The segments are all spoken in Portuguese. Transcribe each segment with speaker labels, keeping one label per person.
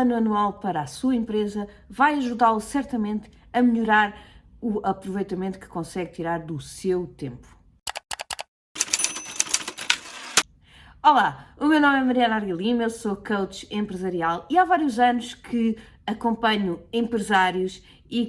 Speaker 1: plano anual para a sua empresa vai ajudá-lo certamente a melhorar o aproveitamento que consegue tirar do seu tempo. Olá, o meu nome é Mariana Arguilima, eu sou coach empresarial e há vários anos que acompanho empresários e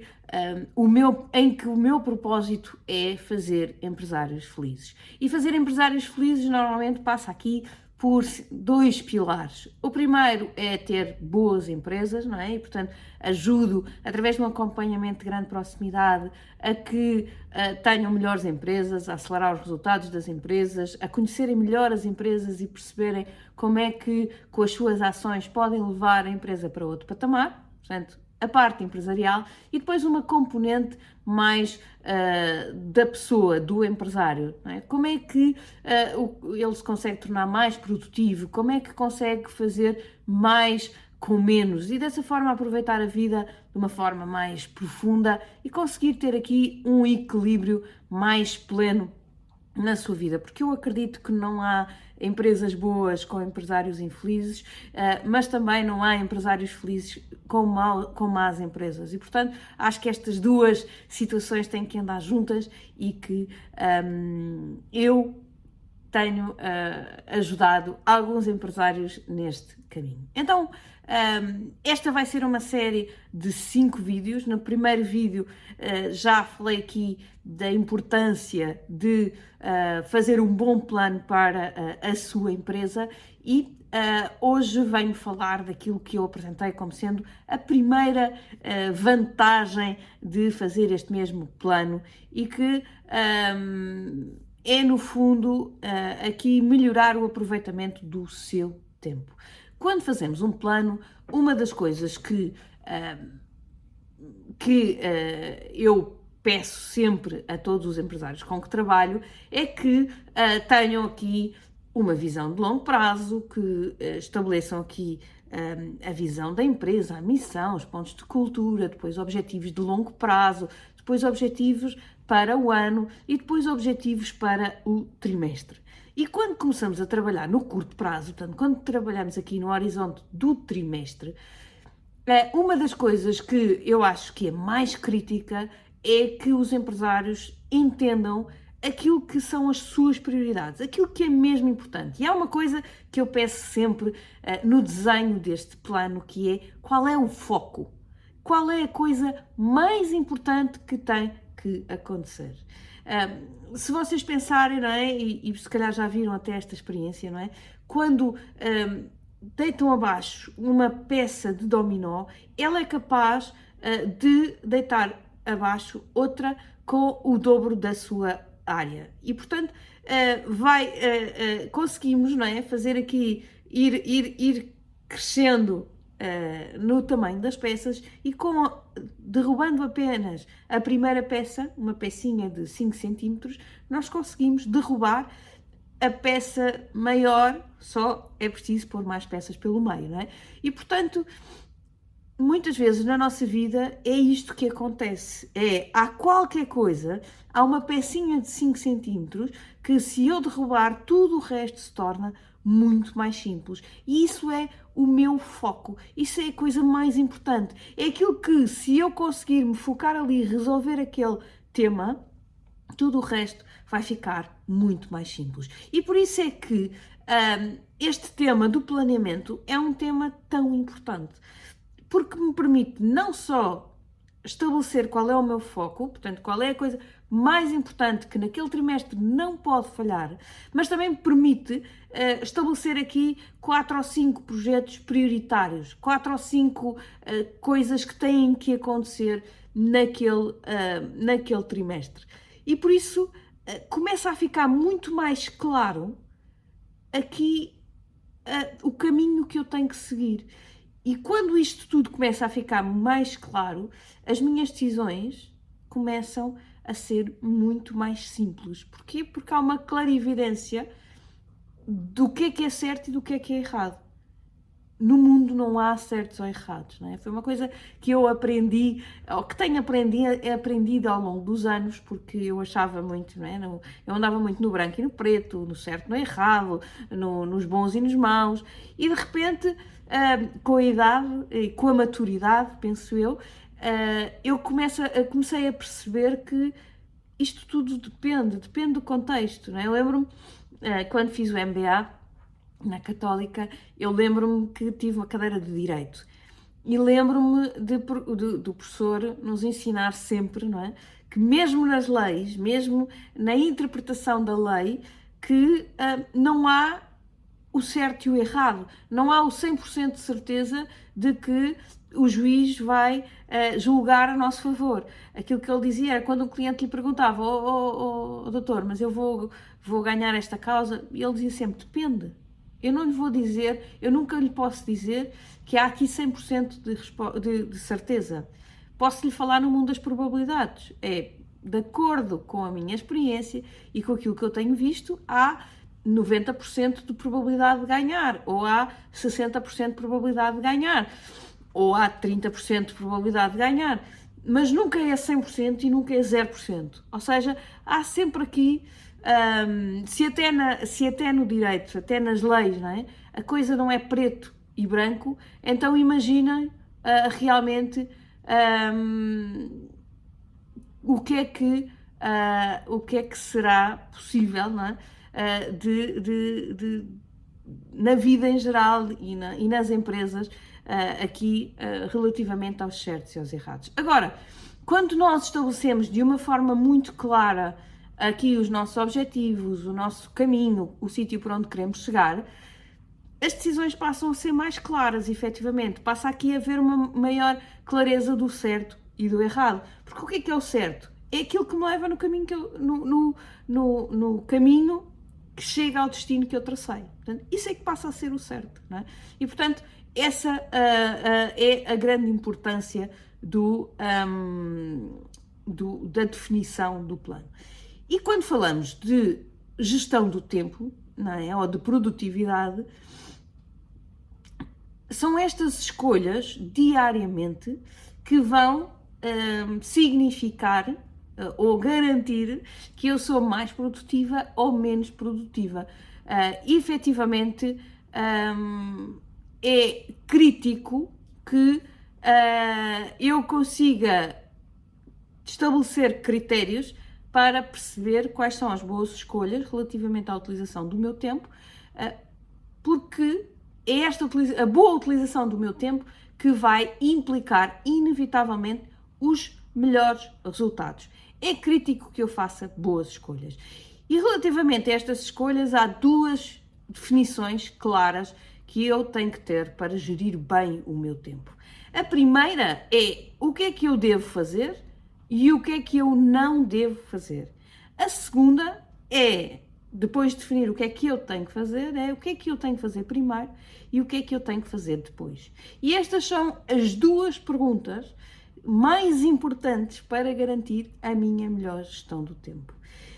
Speaker 1: em que o meu propósito é fazer empresários felizes. E fazer empresários felizes normalmente passa aqui por dois pilares. O primeiro é ter boas empresas, não é? E, portanto, ajudo, através de um acompanhamento de grande proximidade, a que tenham melhores empresas, a acelerar os resultados das empresas, a conhecerem melhor as empresas e perceberem como é que, com as suas ações, podem levar a empresa para outro patamar. Portanto, a parte empresarial e depois uma componente mais da pessoa, do empresário. Não é? Como é que ele se consegue tornar mais produtivo? Como é que consegue fazer mais com menos? E dessa forma aproveitar a vida de uma forma mais profunda e conseguir ter aqui um equilíbrio mais pleno na sua vida, porque eu acredito que não há empresas boas com empresários infelizes, mas também não há empresários felizes com más empresas e, portanto, acho que estas duas situações têm que andar juntas e que eu tenho ajudado alguns empresários neste caminho. Então, esta vai ser uma série de 5 vídeos. No primeiro vídeo já falei aqui da importância de fazer um bom plano para a sua empresa e hoje venho falar daquilo que eu apresentei como sendo a primeira vantagem de fazer este mesmo plano e que é, no fundo, aqui melhorar o aproveitamento do seu tempo. Quando fazemos um plano, uma das coisas que eu peço sempre a todos os empresários com que trabalho é que tenham aqui uma visão de longo prazo, que estabeleçam aqui a visão da empresa, a missão, os pontos de cultura, depois objetivos de longo prazo, depois objetivos para o ano e depois objetivos para o trimestre. E quando começamos a trabalhar no curto prazo, portanto, quando trabalhamos aqui no horizonte do trimestre, uma das coisas que eu acho que é mais crítica é que os empresários entendam aquilo que são as suas prioridades, aquilo que é mesmo importante. E há uma coisa que eu peço sempre no desenho deste plano, que é qual é o foco? Qual é a coisa mais importante que tem que acontecer? Se vocês pensarem, não é? E se calhar já viram até esta experiência, não é? Quando deitam abaixo uma peça de dominó, ela é capaz de deitar abaixo outra com o dobro da sua área. E, portanto, conseguimos, não é? Fazer aqui, ir crescendo no tamanho das peças e derrubando apenas a primeira peça, uma pecinha de 5 cm, nós conseguimos derrubar a peça maior, só é preciso pôr mais peças pelo meio, não é? E, portanto, muitas vezes na nossa vida é isto que acontece, há qualquer coisa, há uma pecinha de 5 cm que se eu derrubar, tudo o resto se torna muito mais simples. E isso é o meu foco, isso é a coisa mais importante. É aquilo que, se eu conseguir me focar ali e resolver aquele tema, tudo o resto vai ficar muito mais simples. E por isso é que este tema do planeamento é um tema tão importante, porque me permite não só estabelecer qual é o meu foco, portanto, qual é a coisa mais importante que naquele trimestre não pode falhar, mas também me permite estabelecer aqui 4 ou 5 projetos prioritários, 4 ou 5 coisas que têm que acontecer naquele trimestre. E por isso começa a ficar muito mais claro aqui o caminho que eu tenho que seguir. E quando isto tudo começa a ficar mais claro, as minhas decisões começam a ser muito mais simples. Porquê? Porque há uma clarividência do que é certo e do que é errado. no mundo não há certos ou errados, não é? Foi uma coisa que eu aprendi, ou que tenho aprendido ao longo dos anos, porque eu achava muito, não é? Eu andava muito no branco e no preto, no certo e no errado, nos bons e nos maus, e de repente, com a idade e com a maturidade, penso eu comecei a perceber que isto tudo depende do contexto, não é? Eu lembro-me, quando fiz o MBA, na Católica, eu lembro-me que tive uma cadeira de Direito e lembro-me do professor nos ensinar sempre, não é? Que mesmo nas leis, mesmo na interpretação da lei, que não há o certo e o errado, não há o 100% de certeza de que o juiz vai julgar a nosso favor. Aquilo que ele dizia era quando o cliente lhe perguntava: doutor, mas eu vou ganhar esta causa, e ele dizia sempre: depende. Eu não lhe vou dizer, eu nunca lhe posso dizer que há aqui 100% de certeza. Posso lhe falar no mundo das probabilidades. É, de acordo com a minha experiência e com aquilo que eu tenho visto, há 90% de probabilidade de ganhar, ou há 60% de probabilidade de ganhar, ou há 30% de probabilidade de ganhar, mas nunca é 100% e nunca é 0%. Ou seja, há sempre aqui, se até no direito, até nas leis, não é? A coisa não é preto e branco, então imaginem realmente o que é que será possível, não é? Na vida em geral e nas empresas, aqui relativamente aos certos e aos errados. Agora, quando nós estabelecemos de uma forma muito clara aqui os nossos objetivos, o nosso caminho, o sítio para onde queremos chegar, as decisões passam a ser mais claras, efetivamente. Passa aqui a haver uma maior clareza do certo e do errado. Porque o que é o certo? É aquilo que me leva no caminho no caminho que chega ao destino que eu tracei. Portanto, isso é que passa a ser o certo, não é? E, portanto, essa é a grande importância da definição do plano. E quando falamos de gestão do tempo, não é? Ou de produtividade, são estas escolhas diariamente que vão significar ou garantir que eu sou mais produtiva ou menos produtiva. Efetivamente, é crítico que eu consiga estabelecer critérios para perceber quais são as boas escolhas relativamente à utilização do meu tempo, porque é a boa utilização do meu tempo que vai implicar inevitavelmente os melhores resultados. É crítico que eu faça boas escolhas. E relativamente a estas escolhas, há duas definições claras que eu tenho que ter para gerir bem o meu tempo. A primeira é o que é que eu devo fazer e o que é que eu não devo fazer. A segunda é, depois de definir o que é que eu tenho que fazer, é o que é que eu tenho que fazer primeiro e o que é que eu tenho que fazer depois. E estas são as duas perguntas mais importantes para garantir a minha melhor gestão do tempo.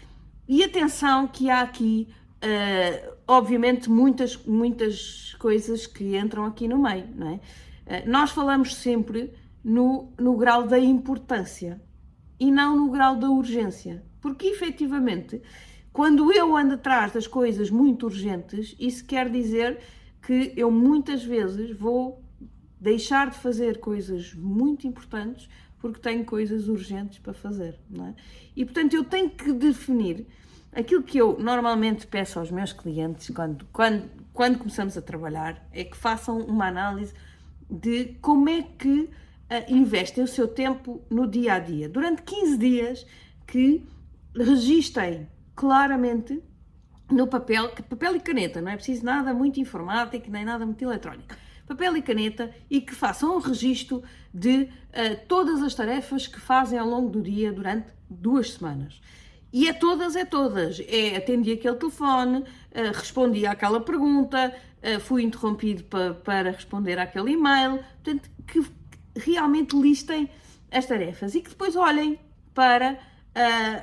Speaker 1: E atenção que há aqui, obviamente, muitas coisas que entram aqui no meio, não é? Nós falamos sempre no grau da importância e não no grau da urgência, porque efetivamente, quando eu ando atrás das coisas muito urgentes, isso quer dizer que eu muitas vezes vou deixar de fazer coisas muito importantes porque tenho coisas urgentes para fazer, não é? E, portanto, eu tenho que definir aquilo que eu normalmente peço aos meus clientes quando começamos a trabalhar, é que façam uma análise de como é que investem o seu tempo no dia a dia. Durante 15 dias que registem claramente no papel e caneta, não é preciso nada muito informático, nem nada muito eletrónico. Papel e caneta, e que façam um registro de todas as tarefas que fazem ao longo do dia durante 2 semanas. E é todas. Atendi aquele telefone, respondi àquela pergunta, fui interrompido para responder àquele e-mail. Portanto, que realmente listem as tarefas e que depois olhem para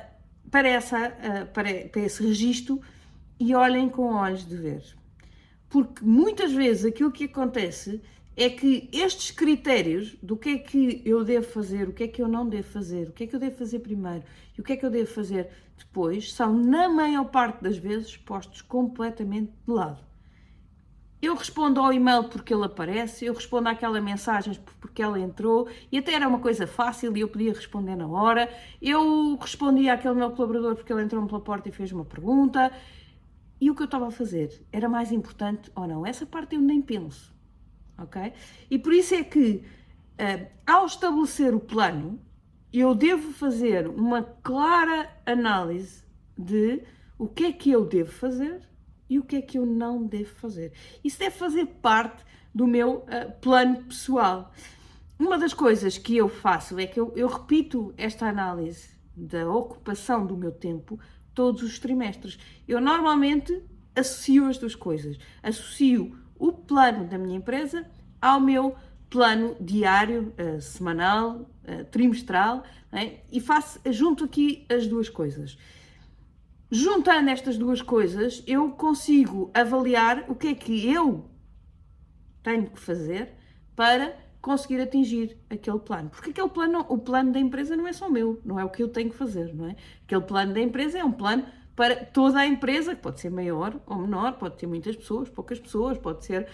Speaker 1: esse registro e olhem com olhos de ver. porque muitas vezes aquilo que acontece é que estes critérios do que é que eu devo fazer, o que é que eu não devo fazer, o que é que eu devo fazer primeiro e o que é que eu devo fazer depois, são, na maior parte das vezes, postos completamente de lado. Eu respondo ao e-mail porque ele aparece, eu respondo àquela mensagem porque ela entrou e até era uma coisa fácil e eu podia responder na hora. Eu respondi àquele meu colaborador porque ele entrou-me pela porta e fez uma pergunta. E o que eu estava a fazer era mais importante ou não? Essa parte eu nem penso, ok? E por isso é que, ao estabelecer o plano, eu devo fazer uma clara análise de o que é que eu devo fazer e o que é que eu não devo fazer. Isso deve fazer parte do meu plano pessoal. Uma das coisas que eu faço é que eu repito esta análise da ocupação do meu tempo todos os trimestres. Eu normalmente associo as duas coisas. Associo o plano da minha empresa ao meu plano diário, semanal, trimestral, né? E junto aqui as duas coisas. Juntando estas duas coisas, eu consigo avaliar o que é que eu tenho que fazer para conseguir atingir aquele plano. Porque aquele plano, o plano da empresa não é só meu, não é o que eu tenho que fazer, não é? Aquele plano da empresa é um plano para toda a empresa, que pode ser maior ou menor, pode ter muitas pessoas, poucas pessoas, pode ser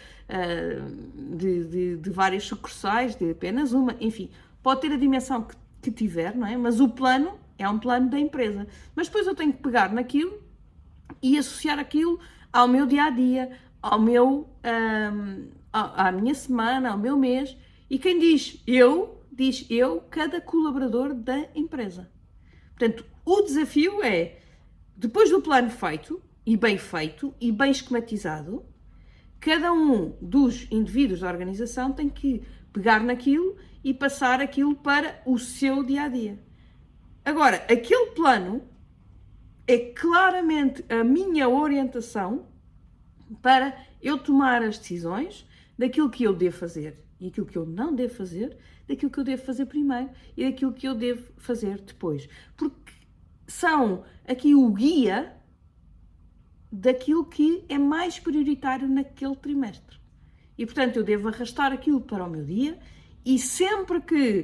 Speaker 1: de várias sucursais, de apenas uma, enfim, pode ter a dimensão que tiver, não é? Mas o plano é um plano da empresa. Mas depois eu tenho que pegar naquilo e associar aquilo ao meu dia-a-dia, à minha semana, ao meu mês. E quem diz eu, cada colaborador da empresa. Portanto, o desafio é, depois do plano feito e bem esquematizado, cada um dos indivíduos da organização tem que pegar naquilo e passar aquilo para o seu dia-a-dia. Agora, aquele plano é claramente a minha orientação para eu tomar as decisões daquilo que eu devo fazer e aquilo que eu não devo fazer, daquilo que eu devo fazer primeiro e daquilo que eu devo fazer depois. Porque são aqui o guia daquilo que é mais prioritário naquele trimestre. E, portanto, eu devo arrastar aquilo para o meu dia e sempre que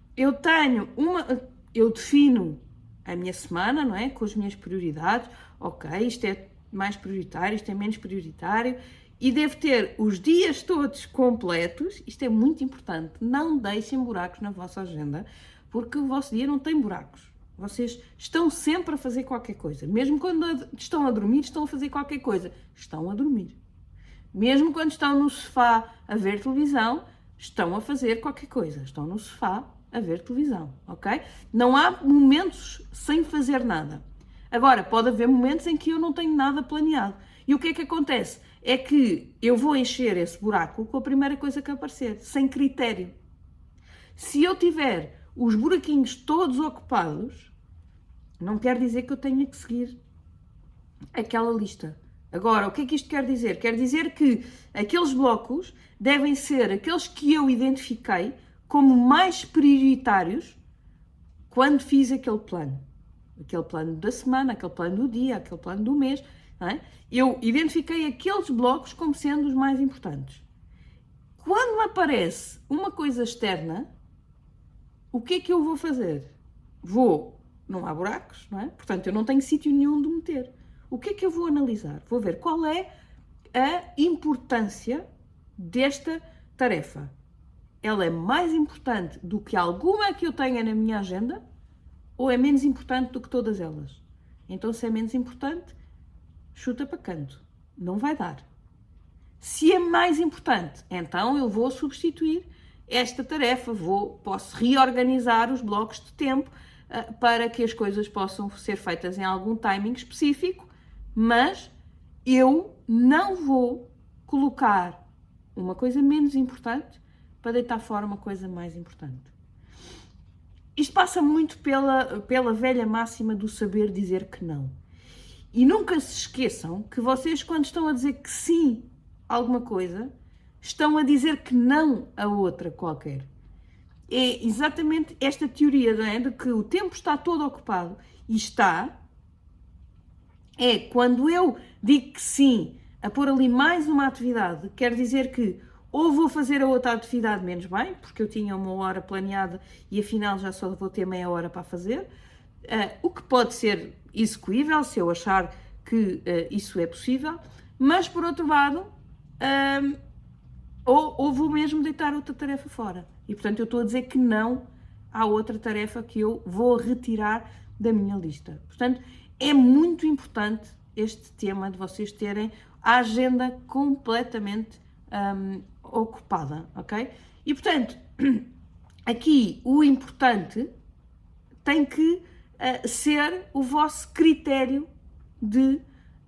Speaker 1: eu defino a minha semana, não é? Com as minhas prioridades. Ok, isto é mais prioritário, isto é menos prioritário. E devo ter os dias todos completos. Isto é muito importante. Não deixem buracos na vossa agenda, porque o vosso dia não tem buracos. Vocês estão sempre a fazer qualquer coisa. Mesmo quando estão a dormir, estão a fazer qualquer coisa. Estão a dormir. Mesmo quando estão no sofá a ver televisão, estão a fazer qualquer coisa. Estão no sofá a ver televisão, ok? Não há momentos sem fazer nada. Agora, pode haver momentos em que eu não tenho nada planeado. E o que é que acontece? É que eu vou encher esse buraco com a primeira coisa que aparecer, sem critério. Se eu tiver os buraquinhos todos ocupados, não quer dizer que eu tenha que seguir aquela lista. Agora, o que é que isto quer dizer? Quer dizer que aqueles blocos devem ser aqueles que eu identifiquei como mais prioritários quando fiz aquele plano. Aquele plano da semana, aquele plano do dia, aquele plano do mês. Não é? Eu identifiquei aqueles blocos como sendo os mais importantes. Quando me aparece uma coisa externa, o que é que eu vou fazer? Não há buracos, não é? Portanto, eu não tenho sítio nenhum de meter. O que é que eu vou analisar? Vou ver qual é a importância desta tarefa. Ela é mais importante do que alguma que eu tenha na minha agenda ou é menos importante do que todas elas? Então, se é menos importante, chuta para canto. Não vai dar. Se é mais importante, então eu vou substituir esta tarefa. Posso reorganizar os blocos de tempo para que as coisas possam ser feitas em algum timing específico, mas eu não vou colocar uma coisa menos importante para deitar fora uma coisa mais importante. Isto passa muito pela velha máxima do saber dizer que não. E nunca se esqueçam que vocês, quando estão a dizer que sim a alguma coisa, estão a dizer que não a outra qualquer. É exatamente esta teoria, não é? De que o tempo está todo ocupado. E está. É quando eu digo que sim a pôr ali mais uma atividade, quer dizer que ou vou fazer a outra atividade menos bem, porque eu tinha uma hora planeada e afinal já só vou ter meia hora para fazer, o que pode ser execuível se eu achar que isso é possível, mas por outro lado, ou vou mesmo deitar outra tarefa fora. E portanto eu estou a dizer que não há outra tarefa que eu vou retirar da minha lista. Portanto, é muito importante este tema de vocês terem a agenda completamente ocupada, ok? E portanto, aqui o importante tem que ser o vosso critério de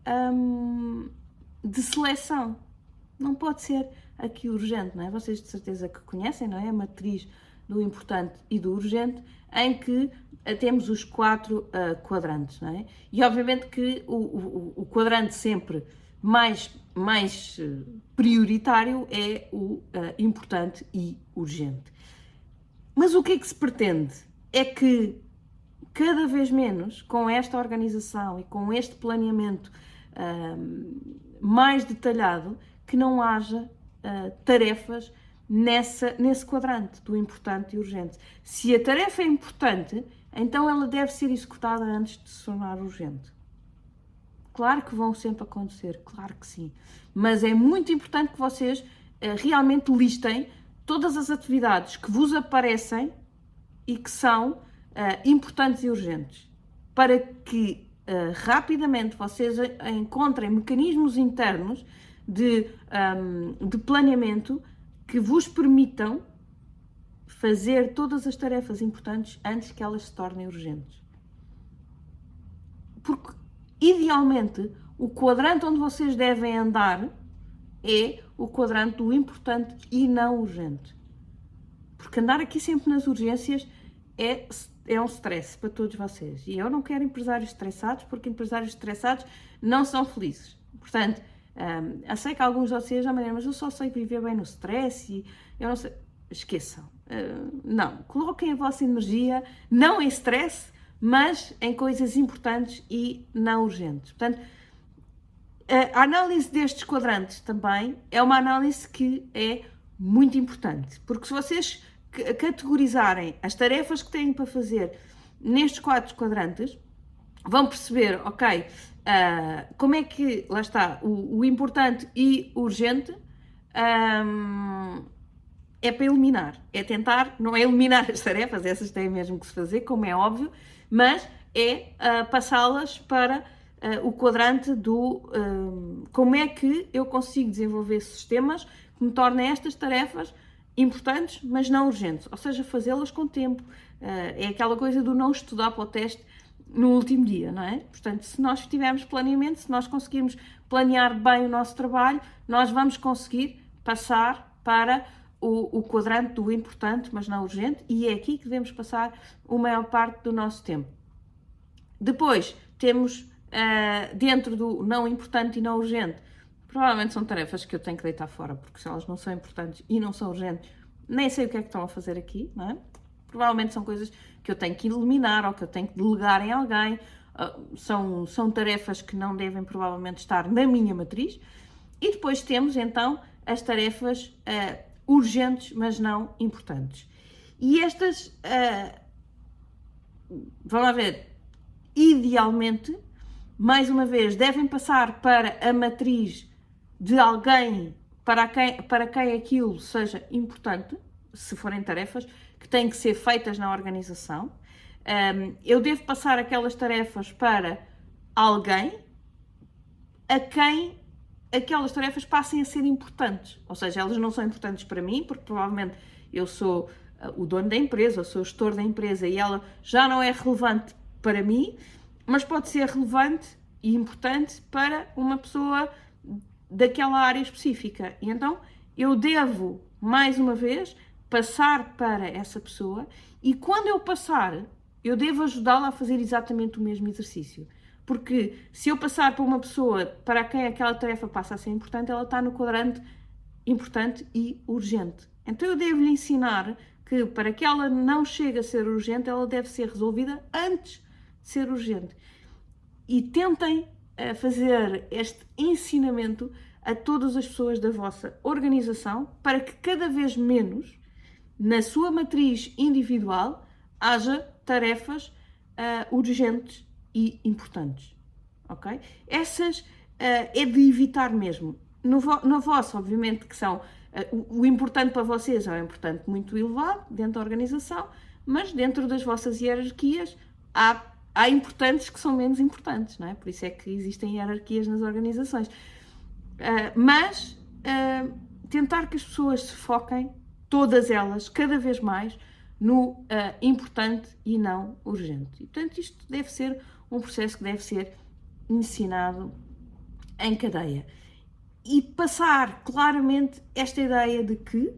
Speaker 1: seleção. Não pode ser aqui urgente, não é? Vocês de certeza que conhecem, não é? A matriz do importante e do urgente, em que temos os 4 quadrantes, não é? E obviamente que o quadrante sempre mais prioritário é o importante e urgente. Mas o que é que se pretende? É que cada vez menos, com esta organização e com este planeamento mais detalhado, que não haja tarefas nesse quadrante do importante e urgente. Se a tarefa é importante, então ela deve ser executada antes de se tornar urgente. Claro que vão sempre acontecer, claro que sim. Mas é muito importante que vocês realmente listem todas as atividades que vos aparecem e que são importantes e urgentes, para que rapidamente vocês encontrem mecanismos internos de planeamento que vos permitam fazer todas as tarefas importantes antes que elas se tornem urgentes. Porque, idealmente, o quadrante onde vocês devem andar é o quadrante do importante e não urgente. Porque andar aqui sempre nas urgências é um stress para todos vocês. E eu não quero empresários estressados, porque empresários estressados não são felizes. Portanto, eu sei que alguns de vocês já me dizem, mas eu só sei viver bem no stress e eu não sei. Esqueçam. Não. Coloquem a vossa energia, não em stress, mas em coisas importantes e não urgentes. Portanto, a análise destes quadrantes também é uma análise que é muito importante. Porque se vocês categorizarem as tarefas que têm para fazer nestes 4 quadrantes, vão perceber, ok, como é que, lá está, o importante e urgente é para eliminar, é tentar, não é eliminar as tarefas, essas têm mesmo que se fazer, como é óbvio, mas é passá-las para o quadrante do como é que eu consigo desenvolver sistemas que me tornem estas tarefas importantes, mas não urgentes, ou seja, fazê-las com tempo. É aquela coisa do não estudar para o teste no último dia, não é? Portanto, se nós tivermos planeamento, se nós conseguirmos planear bem o nosso trabalho, nós vamos conseguir passar para o quadrante do importante, mas não urgente, e é aqui que devemos passar a maior parte do nosso tempo. Depois, temos dentro do não importante e não urgente, provavelmente são tarefas que eu tenho que deitar fora, porque se elas não são importantes e não são urgentes, nem sei o que é que estão a fazer aqui, não é? Provavelmente são coisas que eu tenho que eliminar ou que eu tenho que delegar em alguém, são tarefas que não devem provavelmente estar na minha matriz. E depois temos então as tarefas urgentes, mas não importantes. E estas, vamos lá ver, idealmente, mais uma vez, devem passar para a matriz de alguém para quem aquilo seja importante, se forem tarefas que têm que ser feitas na organização. Eu devo passar aquelas tarefas para alguém a quem aquelas tarefas passem a ser importantes. Ou seja, elas não são importantes para mim, porque provavelmente eu sou o dono da empresa, eu sou o gestor da empresa e ela já não é relevante para mim, mas pode ser relevante e importante para uma pessoa daquela área específica. E então eu devo, mais uma vez, passar para essa pessoa e quando eu passar, eu devo ajudá-la a fazer exatamente o mesmo exercício. Porque se eu passar para uma pessoa para quem aquela tarefa passa a ser importante, ela está no quadrante importante e urgente. Então eu devo-lhe ensinar que para que ela não chegue a ser urgente, ela deve ser resolvida antes de ser urgente. E tentem fazer este ensinamento a todas as pessoas da vossa organização para que cada vez menos, na sua matriz individual, haja tarefas urgentes e importantes, ok? Essas é de evitar mesmo. No vosso, obviamente, que são o importante para vocês é um importante muito elevado dentro da organização, mas dentro das vossas hierarquias há importantes que são menos importantes, não é? Por isso é que existem hierarquias nas organizações. Mas tentar que as pessoas se foquem, todas elas, cada vez mais, no importante e não urgente. E, portanto, isto deve ser um processo que deve ser ensinado em cadeia. E passar claramente esta ideia de que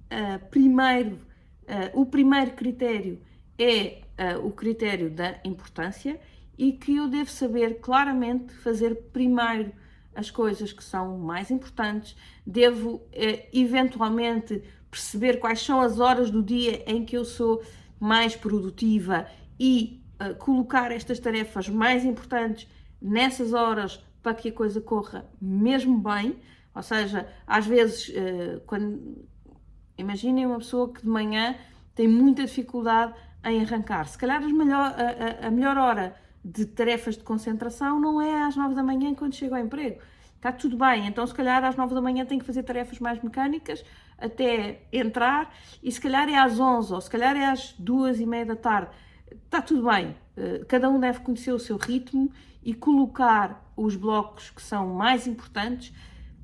Speaker 1: o primeiro critério é o critério da importância e que eu devo saber claramente fazer primeiro as coisas que são mais importantes, devo eventualmente perceber quais são as horas do dia em que eu sou mais produtiva e colocar estas tarefas mais importantes nessas horas para que a coisa corra mesmo bem. Ou seja, às vezes, imaginem uma pessoa que de manhã tem muita dificuldade em arrancar. Se calhar a melhor hora de tarefas de concentração não é às 9 da manhã quando chega ao emprego. Está tudo bem, então se calhar às 9 da manhã tem que fazer tarefas mais mecânicas até entrar e se calhar é às 11 ou se calhar é às 2h30 da tarde. Está tudo bem, cada um deve conhecer o seu ritmo e colocar os blocos que são mais importantes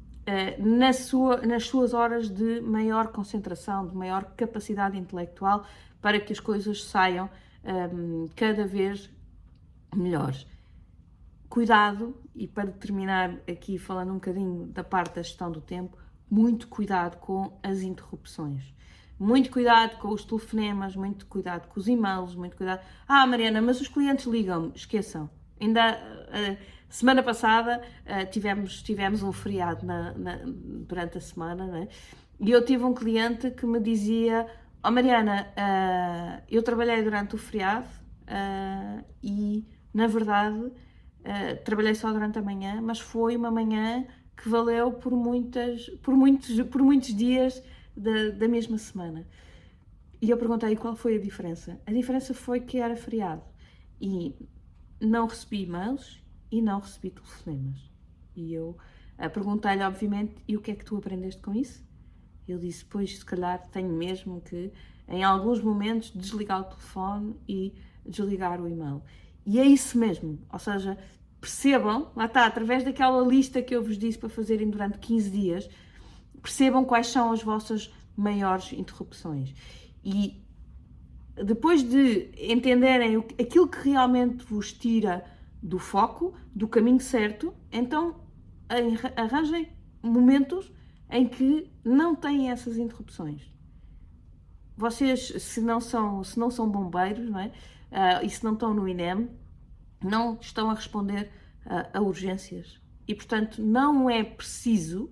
Speaker 1: nas suas horas de maior concentração, de maior capacidade intelectual para que as coisas saiam cada vez melhores. Cuidado, e para terminar aqui falando um bocadinho da parte da gestão do tempo, muito cuidado com as interrupções. Muito cuidado com os telefonemas, muito cuidado com os e-mails, muito cuidado... Mariana, mas os clientes ligam-me. Esqueçam. Ainda semana passada tivemos um feriado durante a semana, né? E eu tive um cliente que me dizia: Mariana, eu trabalhei durante o feriado e, na verdade, trabalhei só durante a manhã, mas foi uma manhã que valeu por muitos dias da mesma semana. E eu perguntei qual foi a diferença. A diferença foi que era feriado e não recebi e-mails e não recebi telefonemas. E eu perguntei-lhe, obviamente, e o que é que tu aprendeste com isso? Ele disse: pois, se calhar tenho mesmo que, em alguns momentos, desligar o telefone e desligar o e-mail. E é isso mesmo, ou seja, percebam, lá está, através daquela lista que eu vos disse para fazerem durante 15 dias, percebam quais são as vossas maiores interrupções. E depois de entenderem aquilo que realmente vos tira do foco, do caminho certo, então arranjem momentos em que não têm essas interrupções. Vocês, se não são bombeiros, não é? E se não estão no INEM, não estão a responder a urgências. E, portanto, não é preciso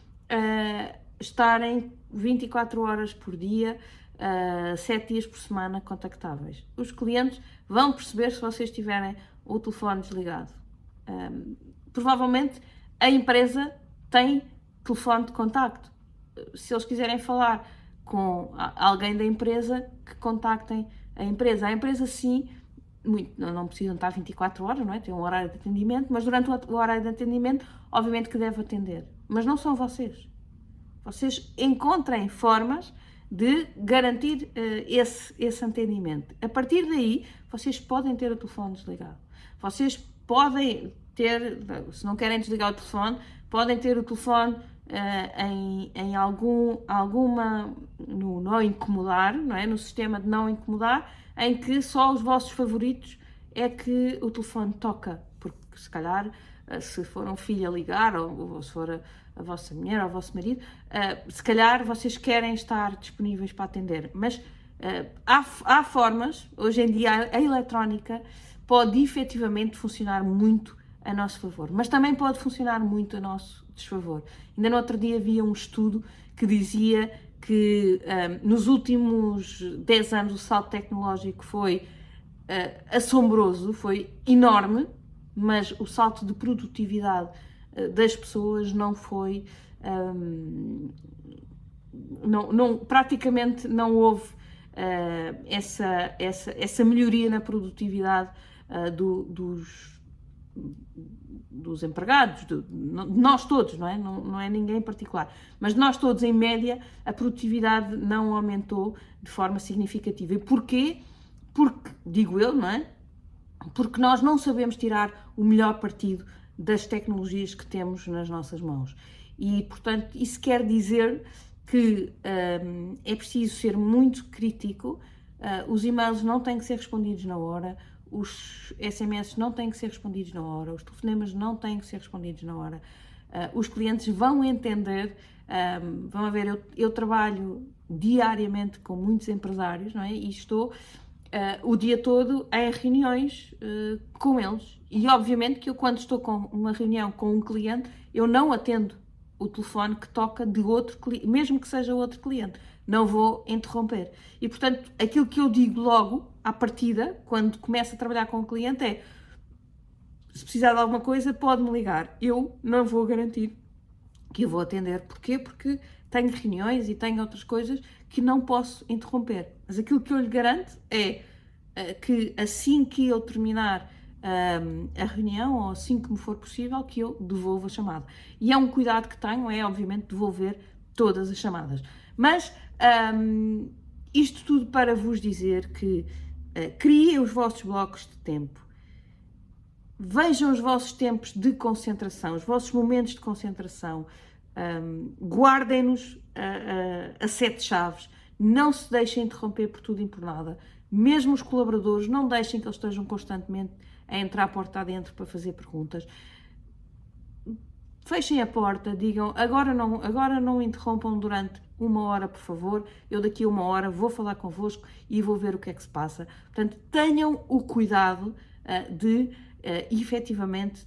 Speaker 1: estarem 24 horas por dia, 7 dias por semana contactáveis. Os clientes vão perceber se vocês tiverem o telefone desligado. Provavelmente a empresa tem telefone de contacto. Se eles quiserem falar com alguém da empresa, que contactem a empresa. A empresa, sim, não precisam estar 24 horas, não é? Tem um horário de atendimento, mas durante o horário de atendimento, obviamente que deve atender. Mas não são vocês. Vocês encontrem formas de garantir esse atendimento. A partir daí, vocês podem ter o telefone desligado. Vocês podem ter, se não querem desligar o telefone, podem ter o telefone no não incomodar, não é? No sistema de não incomodar, em que só os vossos favoritos é que o telefone toca, porque se calhar, se for um filho a ligar, ou se for a vossa mulher ou o vosso marido, se calhar vocês querem estar disponíveis para atender, mas há formas, hoje em dia a eletrónica pode efetivamente funcionar muito a nosso favor, mas também pode funcionar muito a nosso desfavor. Ainda no outro dia havia um estudo que dizia que nos últimos 10 anos o salto tecnológico foi assombroso, foi enorme, mas o salto de produtividade das pessoas não foi, praticamente não houve essa melhoria na produtividade dos empregados, de nós todos, não é? Não é ninguém em particular, mas nós todos, em média, a produtividade não aumentou de forma significativa. E porquê? Porque, digo eu, não é? Porque nós não sabemos tirar o melhor partido das tecnologias que temos nas nossas mãos. E, portanto, isso quer dizer que é preciso ser muito crítico, os e-mails não têm que ser respondidos na hora, os SMS não têm que ser respondidos na hora, os telefonemas não têm que ser respondidos na hora. Os clientes vão entender, vão ver, eu trabalho diariamente com muitos empresários, não é? E estou o dia todo em reuniões com eles. E obviamente que eu, quando estou com uma reunião com um cliente, eu não atendo o telefone que toca de outro cliente, mesmo que seja outro cliente, não vou interromper. E, portanto, aquilo que eu digo logo, à partida, quando começo a trabalhar com o cliente é: se precisar de alguma coisa, pode-me ligar. Eu não vou garantir que eu vou atender. Porquê? Porque tenho reuniões e tenho outras coisas que não posso interromper. Mas aquilo que eu lhe garanto é que assim que eu terminar a reunião, ou assim que me for possível, que eu devolvo a chamada. E é um cuidado que tenho, é obviamente devolver todas as chamadas. Mas isto tudo para vos dizer que criem os vossos blocos de tempo. Vejam os vossos tempos de concentração, os vossos momentos de concentração, guardem-nos a 7 chaves, não se deixem interromper por tudo e por nada. Mesmo os colaboradores, não deixem que eles estejam constantemente a entrar a porta adentro para fazer perguntas. Fechem a porta, digam: agora não interrompam durante 1 hora, por favor, eu daqui a 1 hora vou falar convosco e vou ver o que é que se passa. Portanto, tenham o cuidado de efetivamente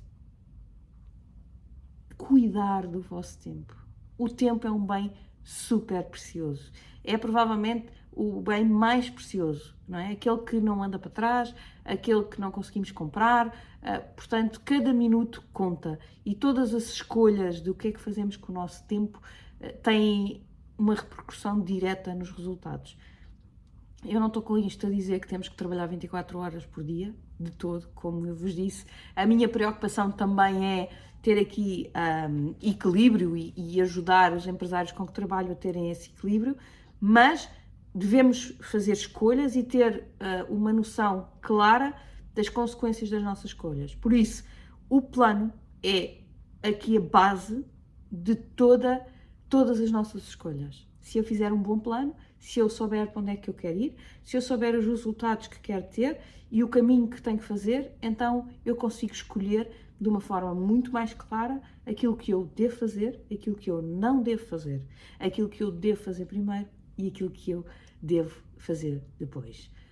Speaker 1: cuidar do vosso tempo. O tempo é um bem super precioso. É provavelmente o bem mais precioso, não é? Aquele que não anda para trás, aquele que não conseguimos comprar. Portanto, cada minuto conta. E todas as escolhas do que é que fazemos com o nosso tempo têm uma repercussão direta nos resultados. Eu não estou com isto a dizer que temos que trabalhar 24 horas por dia, de todo, como eu vos disse. A minha preocupação também é ter aqui equilíbrio e ajudar os empresários com que trabalho a terem esse equilíbrio, mas devemos fazer escolhas e ter uma noção clara das consequências das nossas escolhas. Por isso, o plano é aqui a base de todas as nossas escolhas. Se eu fizer um bom plano, se eu souber para onde é que eu quero ir, se eu souber os resultados que quero ter e o caminho que tenho que fazer, então eu consigo escolher de uma forma muito mais clara aquilo que eu devo fazer, aquilo que eu não devo fazer, aquilo que eu devo fazer primeiro e aquilo que eu devo fazer depois.